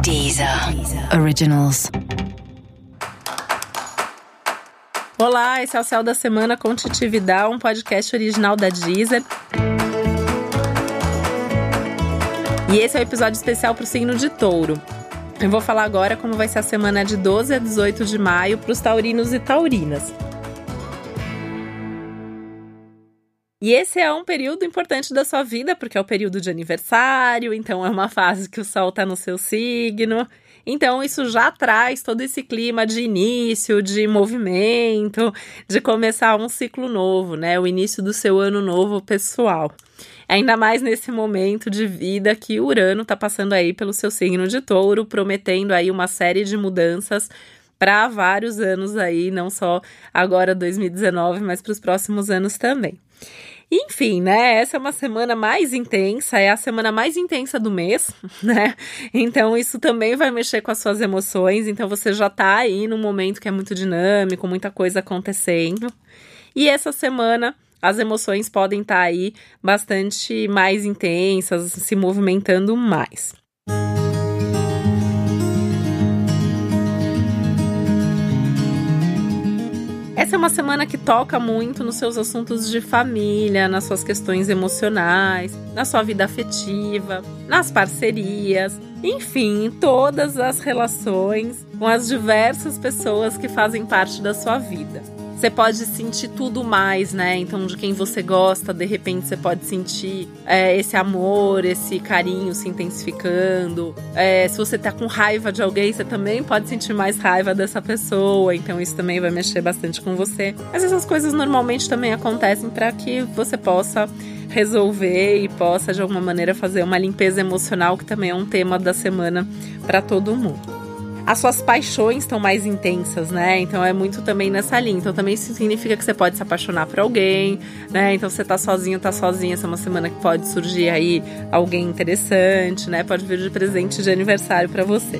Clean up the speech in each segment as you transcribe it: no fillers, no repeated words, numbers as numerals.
Deezer Originals. Olá, esse é o Céu da Semana com Titi Vidal, um podcast original da Deezer. E esse é o episódio especial para o signo de Touro. Eu vou falar agora como vai ser a semana de 12 a 18 de maio para os taurinos e taurinas. E esse é um período importante da sua vida, porque é o período de aniversário, então é uma fase que o Sol está no seu signo. Então isso já traz todo esse clima de início, de movimento, de começar um ciclo novo, né? O início do seu ano novo pessoal. Ainda mais nesse momento de vida que Urano está passando aí pelo seu signo de Touro, prometendo aí uma série de mudanças para vários anos aí, não só agora 2019, mas para os próximos anos também. Enfim, né, essa é uma semana mais intensa, é a semana mais intensa do mês, né, então isso também vai mexer com as suas emoções, então você já tá aí num momento que é muito dinâmico, muita coisa acontecendo, e essa semana as emoções podem estar aí bastante mais intensas, se movimentando mais. Essa é uma semana que toca muito nos seus assuntos de família, nas suas questões emocionais, na sua vida afetiva, nas parcerias, enfim, em todas as relações com as diversas pessoas que fazem parte da sua vida. Você pode sentir tudo mais, né? Então, de quem você gosta, de repente você pode sentir esse amor, esse carinho se intensificando. Se você tá com raiva de alguém, você também pode sentir mais raiva dessa pessoa. Então, isso também vai mexer bastante com você. Mas essas coisas normalmente também acontecem para que você possa resolver e possa, de alguma maneira, fazer uma limpeza emocional, que também é um tema da semana para todo mundo. As suas paixões estão mais intensas, né? Então é muito também nessa linha. Então também isso significa que você pode se apaixonar por alguém, né? Então você tá sozinho, tá sozinha. Essa é uma semana que pode surgir aí alguém interessante, né? Pode vir de presente de aniversário para você.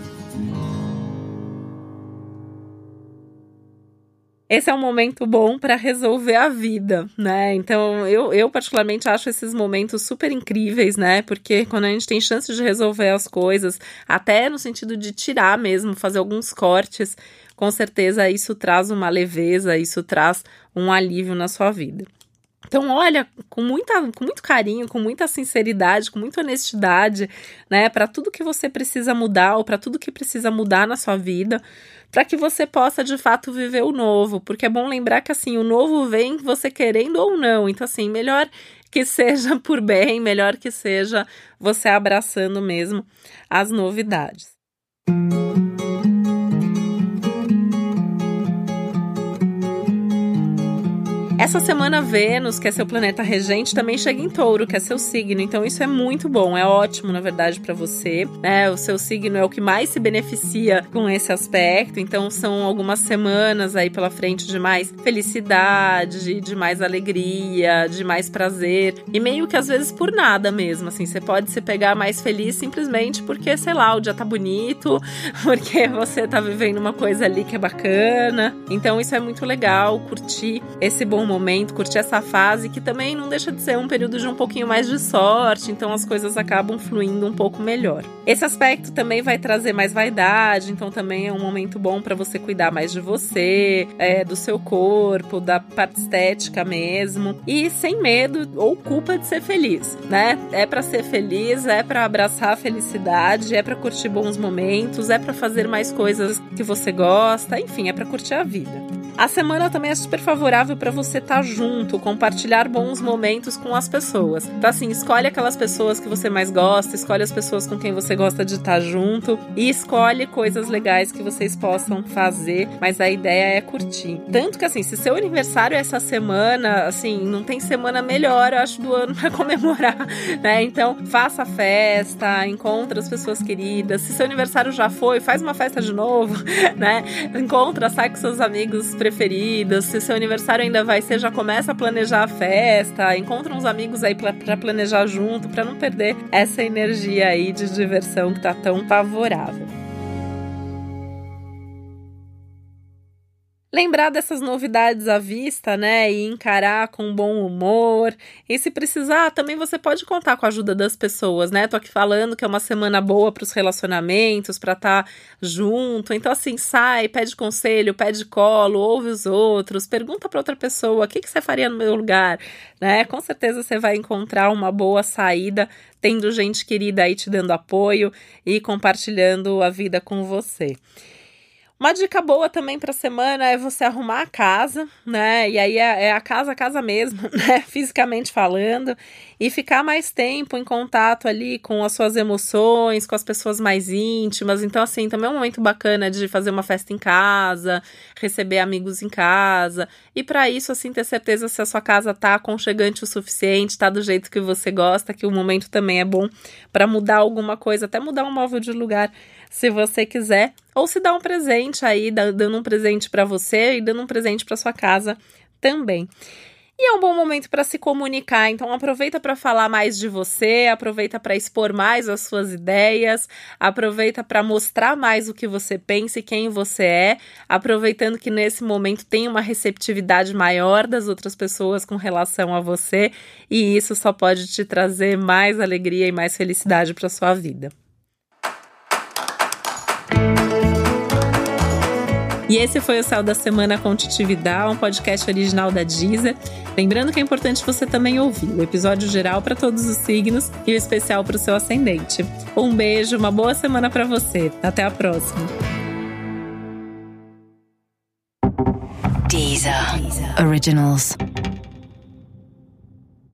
Esse é um momento bom para resolver a vida, né? Então, eu particularmente acho esses momentos super incríveis, né? Porque quando a gente tem chance de resolver as coisas, até no sentido de tirar mesmo, fazer alguns cortes, com certeza isso traz uma leveza, isso traz um alívio na sua vida. Então, olha, com muito carinho, com muita sinceridade, com muita honestidade, né, para tudo que você precisa mudar ou para tudo que precisa mudar na sua vida, para que você possa, de fato, viver o novo. Porque é bom lembrar que, assim, o novo vem você querendo ou não. Então, assim, melhor que seja por bem, melhor que seja você abraçando mesmo as novidades. Essa semana Vênus, que é seu planeta regente, também chega em Touro, que é seu signo. Então isso é muito bom, é ótimo, na verdade, para você, né? O seu signo é o que mais se beneficia com esse aspecto. Então são algumas semanas aí pela frente de mais felicidade, de mais alegria, de mais prazer. E meio que às vezes por nada mesmo, assim. Você pode se pegar mais feliz simplesmente porque, sei lá, o dia tá bonito, porque você tá vivendo uma coisa ali que é bacana. Então isso é muito legal, curtir esse bom momento, curtir essa fase, que também não deixa de ser um período de um pouquinho mais de sorte, então as coisas acabam fluindo um pouco melhor. Esse aspecto também vai trazer mais vaidade, então também é um momento bom para você cuidar mais de você, do seu corpo, da parte estética mesmo, e sem medo ou culpa de ser feliz, né? É para ser feliz, é para abraçar a felicidade, é para curtir bons momentos, é para fazer mais coisas que você gosta, enfim, é para curtir a vida. A semana também é super favorável para você estar junto, compartilhar bons momentos com as pessoas. Então, assim, escolhe aquelas pessoas que você mais gosta, escolhe as pessoas com quem você gosta de estar junto e escolhe coisas legais que vocês possam fazer, mas a ideia é curtir. Tanto que, assim, se seu aniversário é essa semana, assim, não tem semana melhor, eu acho, do ano para comemorar, né? Então, faça festa, encontra as pessoas queridas. Se seu aniversário já foi, faz uma festa de novo, né? Encontra, sai com seus amigos preferidos. Se seu aniversário ainda vai ser, já começa a planejar a festa, encontra uns amigos aí pra planejar junto, pra não perder essa energia aí de diversão que tá tão favorável. Lembrar dessas novidades à vista, né, e encarar com bom humor. E se precisar, também você pode contar com a ajuda das pessoas, né? Tô aqui falando que é uma semana boa para os relacionamentos, para estar junto. Então, assim, sai, pede conselho, pede colo, ouve os outros, pergunta para outra pessoa, o que você faria no meu lugar, né? Com certeza você vai encontrar uma boa saída, tendo gente querida aí te dando apoio e compartilhando a vida com você. Uma dica boa também para a semana é você arrumar a casa, né? E aí é a casa mesmo, né? Fisicamente falando, e ficar mais tempo em contato ali com as suas emoções, com as pessoas mais íntimas. Então, assim, também é um momento bacana de fazer uma festa em casa, receber amigos em casa. E para isso, assim, ter certeza se a sua casa tá aconchegante o suficiente, tá do jeito que você gosta, que o momento também é bom para mudar alguma coisa, até mudar um móvel de lugar, se você quiser. Ou se dá um presente aí, dando um presente para você e dando um presente para sua casa também. E é um bom momento para se comunicar, então aproveita para falar mais de você, aproveita para expor mais as suas ideias, aproveita para mostrar mais o que você pensa e quem você é, aproveitando que nesse momento tem uma receptividade maior das outras pessoas com relação a você, e isso só pode te trazer mais alegria e mais felicidade para sua vida. E esse foi o Céu da Semana com Titi Vidal, um podcast original da Deezer. Lembrando que é importante você também ouvir o episódio geral para todos os signos e o especial para o seu ascendente. Um beijo, uma boa semana para você. Até a próxima. Deezer Originals.